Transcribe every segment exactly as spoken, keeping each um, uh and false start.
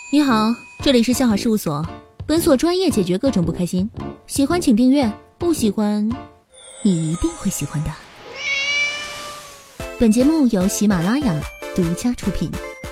你好，这里是笑话事务所，本所专业解决各种不开心，喜欢请订阅，不喜欢你一定会喜欢的。本节目由喜马拉雅独家出品。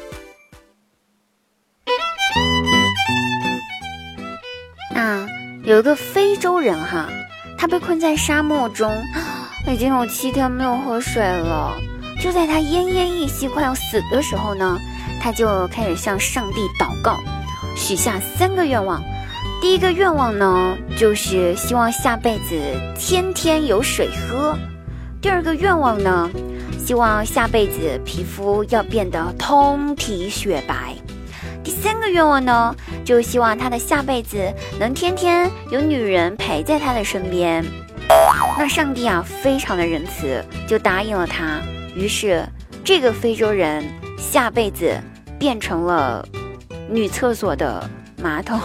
啊，有一个非洲人哈，他被困在沙漠中，已经有七天没有喝水了。就在他奄奄一息快要死的时候呢，他就开始向上帝祷告，许下三个愿望。第一个愿望呢，就是希望下辈子天天有水喝。第二个愿望呢，希望下辈子皮肤要变得通体雪白。第三个愿望呢，就希望他的下辈子能天天有女人陪在他的身边。那上帝啊，非常的仁慈，就答应了他。于是这个非洲人下辈子变成了女厕所的马桶。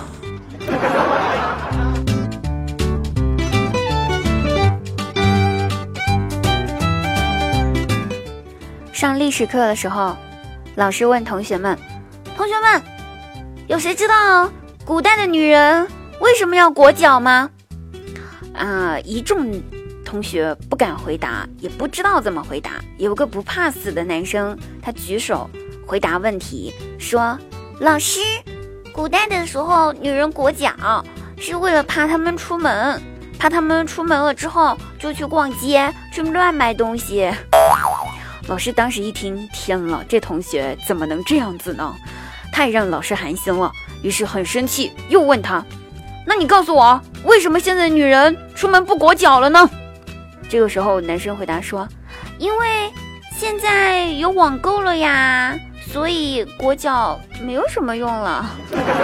上历史课的时候，老师问同学们同学们有谁知道古代的女人为什么要裹脚吗？啊、呃，一众同学不敢回答，也不知道怎么回答。有个不怕死的男生，他举手回答问题，说：老师，古代的时候女人裹脚是为了怕他们出门，怕他们出门了之后就去逛街，去乱买东西。老师当时一听，天了，这同学怎么能这样子呢？太让老师寒心了，于是很生气，又问他：那你告诉我，为什么现在的女人出门不裹脚了呢？这个时候男生回答说：因为现在有网购了呀，所以裹脚没有什么用了。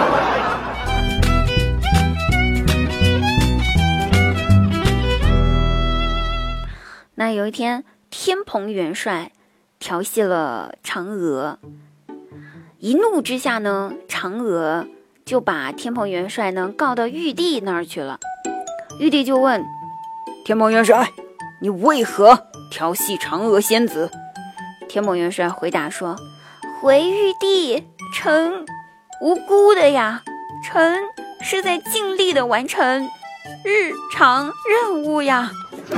那有一天，天蓬元帅调戏了嫦娥，一怒之下呢，嫦娥就把天蓬元帅呢告到玉帝那儿去了。玉帝就问天蓬元帅，你为何调戏嫦娥仙子？天蓬元帅回答说：回玉帝，臣无辜的呀，臣是在尽力的完成日常任务呀。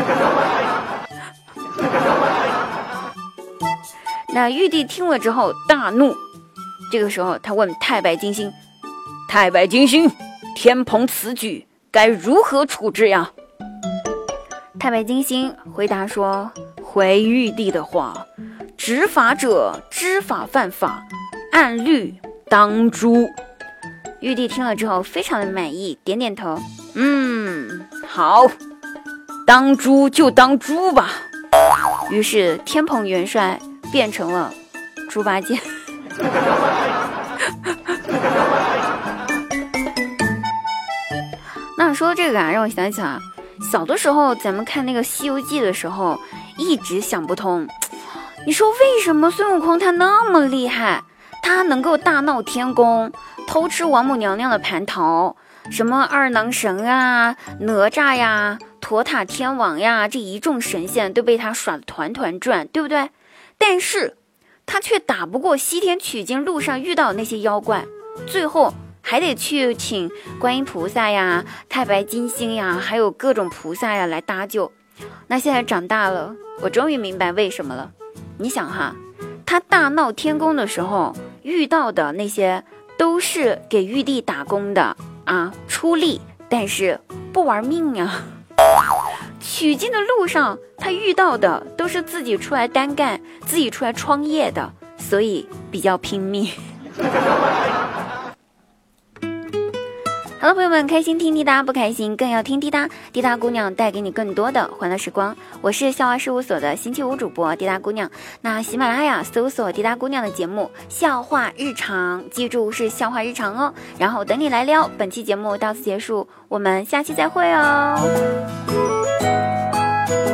那玉帝听了之后大怒，这个时候他问太白金星：太白金星，天蓬此举该如何处置呀？太白金星回答说：回玉帝的话，执法者知法犯法，按律当诛。玉帝听了之后非常的满意，点点头，嗯，好，当诛就当诛吧。于是天蓬元帅变成了猪八戒。那说这个啊，让我想起啊，小的时候咱们看那个《西游记》的时候，一直想不通，你说为什么孙悟空他那么厉害，他能够大闹天宫，偷吃王母娘娘的蟠桃，什么二郎神啊、哪吒呀、陀塔天王呀，这一众神仙都被他耍得团团转，对不对？但是他却打不过西天取经路上遇到的那些妖怪，最后还得去请观音菩萨呀、太白金星呀，还有各种菩萨呀来搭救。那现在长大了，我终于明白为什么了。你想哈，他大闹天宫的时候遇到的那些都是给玉帝打工的啊，出力，但是不玩命呀。取经的路上他遇到的都是自己出来单干，自己出来创业的，所以比较拼命。好了，朋友们，开心听滴答，不开心更要听滴答。滴答姑娘带给你更多的欢乐时光，我是笑话事务所的星期五主播滴答姑娘。那喜马拉雅搜索滴答姑娘的节目笑话日常，记住是笑话日常哦，然后等你来撩。本期节目到此结束，我们下期再会哦。